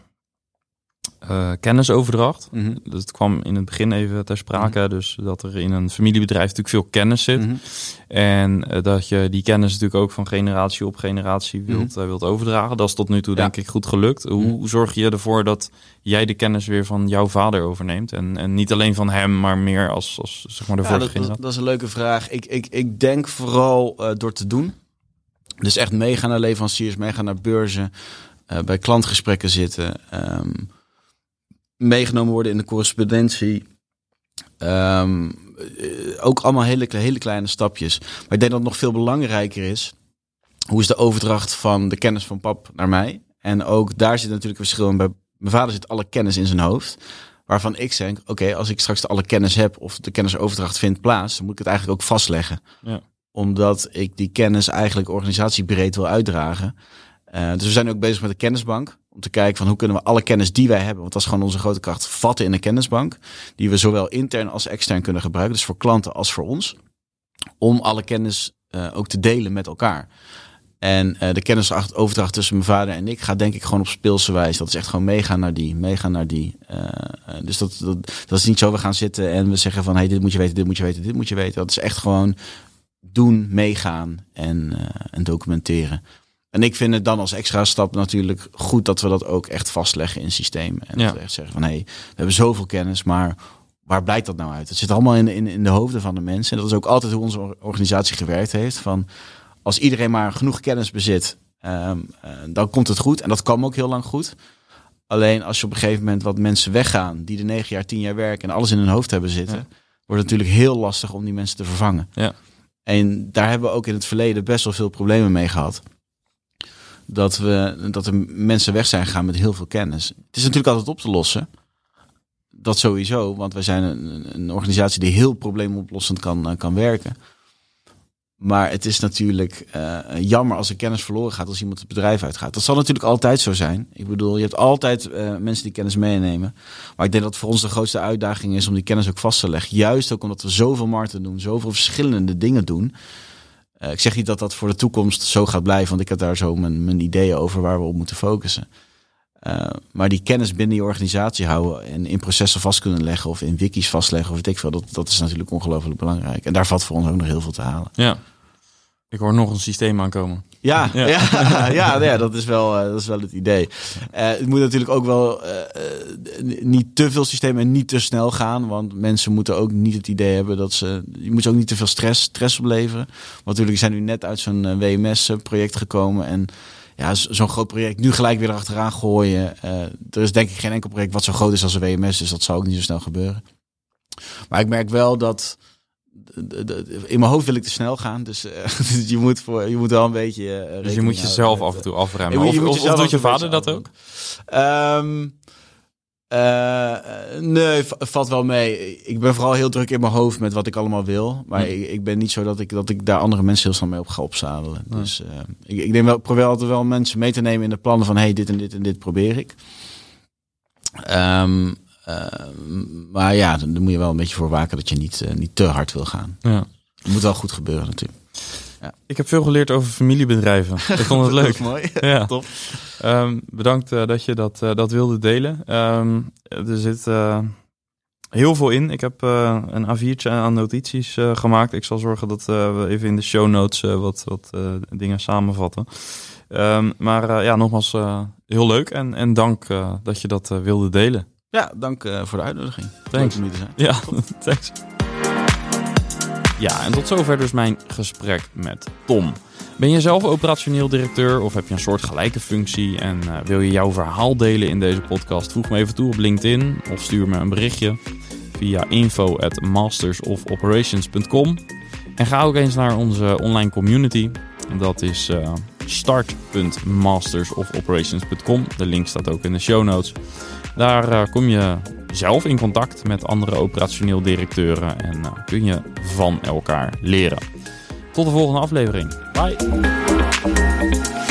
uh, kennisoverdracht. Mm-hmm. Dat kwam in het begin even ter sprake. Mm-hmm. Dus dat er in een familiebedrijf natuurlijk veel kennis zit. Mm-hmm. En uh, dat je die kennis natuurlijk ook van generatie op generatie wilt, mm-hmm. uh, wilt overdragen. Dat is tot nu toe ja. denk ik goed gelukt. Hoe, mm-hmm. hoe zorg je ervoor dat jij de kennis weer van jouw vader overneemt? En, en niet alleen van hem, maar meer als, als zeg maar de ja, vorige dat, generatie. Dat is een leuke vraag. Ik, ik, ik denk vooral uh, door te doen. Dus echt meegaan naar leveranciers, meegaan naar beurzen, uh, bij klantgesprekken zitten. Um, meegenomen worden in de correspondentie. Um, uh, ook allemaal hele, hele kleine stapjes. Maar ik denk dat het nog veel belangrijker is, hoe is de overdracht van de kennis van pap naar mij? En ook daar zit natuurlijk een verschil in. Bij mijn vader zit alle kennis in zijn hoofd. Waarvan ik denk, oké, okay, als ik straks alle kennis heb of de kennisoverdracht vindt plaats, dan moet ik het eigenlijk ook vastleggen. Ja. Omdat ik die kennis eigenlijk organisatiebreed wil uitdragen. Uh, dus we zijn ook bezig met een kennisbank. Om te kijken van hoe kunnen we alle kennis die wij hebben, want dat is gewoon onze grote kracht, vatten in een kennisbank. Die we zowel intern als extern kunnen gebruiken. Dus voor klanten als voor ons. Om alle kennis uh, ook te delen met elkaar. En uh, de kennisoverdracht tussen mijn vader en ik gaat denk ik gewoon op speelse wijze. Dat is echt gewoon meegaan naar die, meegaan naar die. Uh, uh, dus dat, dat, dat is niet zo we gaan zitten en we zeggen van, hey, dit moet je weten, dit moet je weten, dit moet je weten. Dat is echt gewoon doen, meegaan en, uh, en documenteren. En ik vind het dan als extra stap natuurlijk goed dat we dat ook echt vastleggen in systemen. En ja. dat we echt zeggen van, hé, hey, we hebben zoveel kennis, maar waar blijkt dat nou uit? Het zit allemaal in, in, in de hoofden van de mensen. En dat is ook altijd hoe onze organisatie gewerkt heeft. Van, als iedereen maar genoeg kennis bezit, um, uh, dan komt het goed. En dat kwam ook heel lang goed. Alleen als je op een gegeven moment wat mensen weggaan, die er negen jaar, tien jaar werken en alles in hun hoofd hebben zitten, ja. wordt het natuurlijk heel lastig om die mensen te vervangen. Ja. En daar hebben we ook in het verleden best wel veel problemen mee gehad. Dat, we, dat er mensen weg zijn gegaan met heel veel kennis. Het is natuurlijk altijd op te lossen. Dat sowieso, want wij zijn een, een organisatie die heel probleemoplossend kan, kan werken. Maar het is natuurlijk uh, jammer als er kennis verloren gaat als iemand het bedrijf uitgaat. Dat zal natuurlijk altijd zo zijn. Ik bedoel, je hebt altijd uh, mensen die kennis meenemen. Maar ik denk dat voor ons de grootste uitdaging is om die kennis ook vast te leggen. Juist ook omdat we zoveel markten doen, zoveel verschillende dingen doen. Uh, ik zeg niet dat dat voor de toekomst zo gaat blijven, want ik heb daar zo mijn, mijn ideeën over waar we op moeten focussen. Uh, maar die kennis binnen je organisatie houden en in processen vast kunnen leggen of in wikis vastleggen of weet ik veel, dat, dat is natuurlijk ongelooflijk belangrijk. En daar valt voor ons ook nog heel veel te halen. Ja. Ik hoor nog een systeem aankomen. Ja, ja. ja, ja, ja dat, is wel, uh, dat is wel het idee. Uh, het moet natuurlijk ook wel uh, uh, niet te veel systemen en niet te snel gaan. Want mensen moeten ook niet het idee hebben dat ze... Je moet ze ook niet te veel stress, stress opleveren. Want natuurlijk zijn nu net uit zo'n uh, W M S-project gekomen. En ja, zo'n groot project nu gelijk weer erachteraan gooien. Uh, er is denk ik geen enkel project wat zo groot is als een W M S. Dus dat zou ook niet zo snel gebeuren. Maar ik merk wel dat... In mijn hoofd wil ik te snel gaan, dus, uh, dus je moet voor je moet wel een beetje. Uh, dus je moet jezelf af en toe afremmen. Of, of, of doet je vader dat ook? Um, uh, nee, v- valt wel mee. Ik ben vooral heel druk in mijn hoofd met wat ik allemaal wil, maar hmm. ik, ik ben niet zo dat ik dat ik daar andere mensen heel snel mee op ga opzadelen. Hmm. Dus uh, ik, ik denk wel, probeer altijd wel mensen mee te nemen in de plannen van hey, dit en dit en dit probeer ik. Um, Uh, maar ja, dan moet je wel een beetje voor waken dat je niet, uh, niet te hard wil gaan. Ja. Het moet wel goed gebeuren natuurlijk. Ja. Ik heb veel geleerd over familiebedrijven. Ik vond het leuk. Dat is mooi. Ja. Top. Um, bedankt uh, dat je dat, uh, dat wilde delen. Um, er zit uh, heel veel in. Ik heb uh, een A viertje aan notities uh, gemaakt. Ik zal zorgen dat uh, we even in de show notes uh, wat, wat uh, dingen samenvatten. Um, maar uh, ja, nogmaals uh, heel leuk. En, en dank uh, dat je dat uh, wilde delen. Ja, dank uh, voor de uitnodiging. Thanks. Leuk om hier te zijn. Ja, thanks. Ja, en tot zover dus mijn gesprek met Tom. Ben je zelf operationeel directeur of heb je een soort gelijke functie en uh, wil je jouw verhaal delen in deze podcast? Voeg me even toe op LinkedIn of stuur me een berichtje via info at mastersofoperations dot com. En ga ook eens naar onze online community. Dat is uh, start dot mastersofoperations dot com. De link staat ook in de show notes. Daar uh, kom je zelf in contact met andere operationeel directeuren en uh, kun je van elkaar leren. Tot de volgende aflevering. Bye!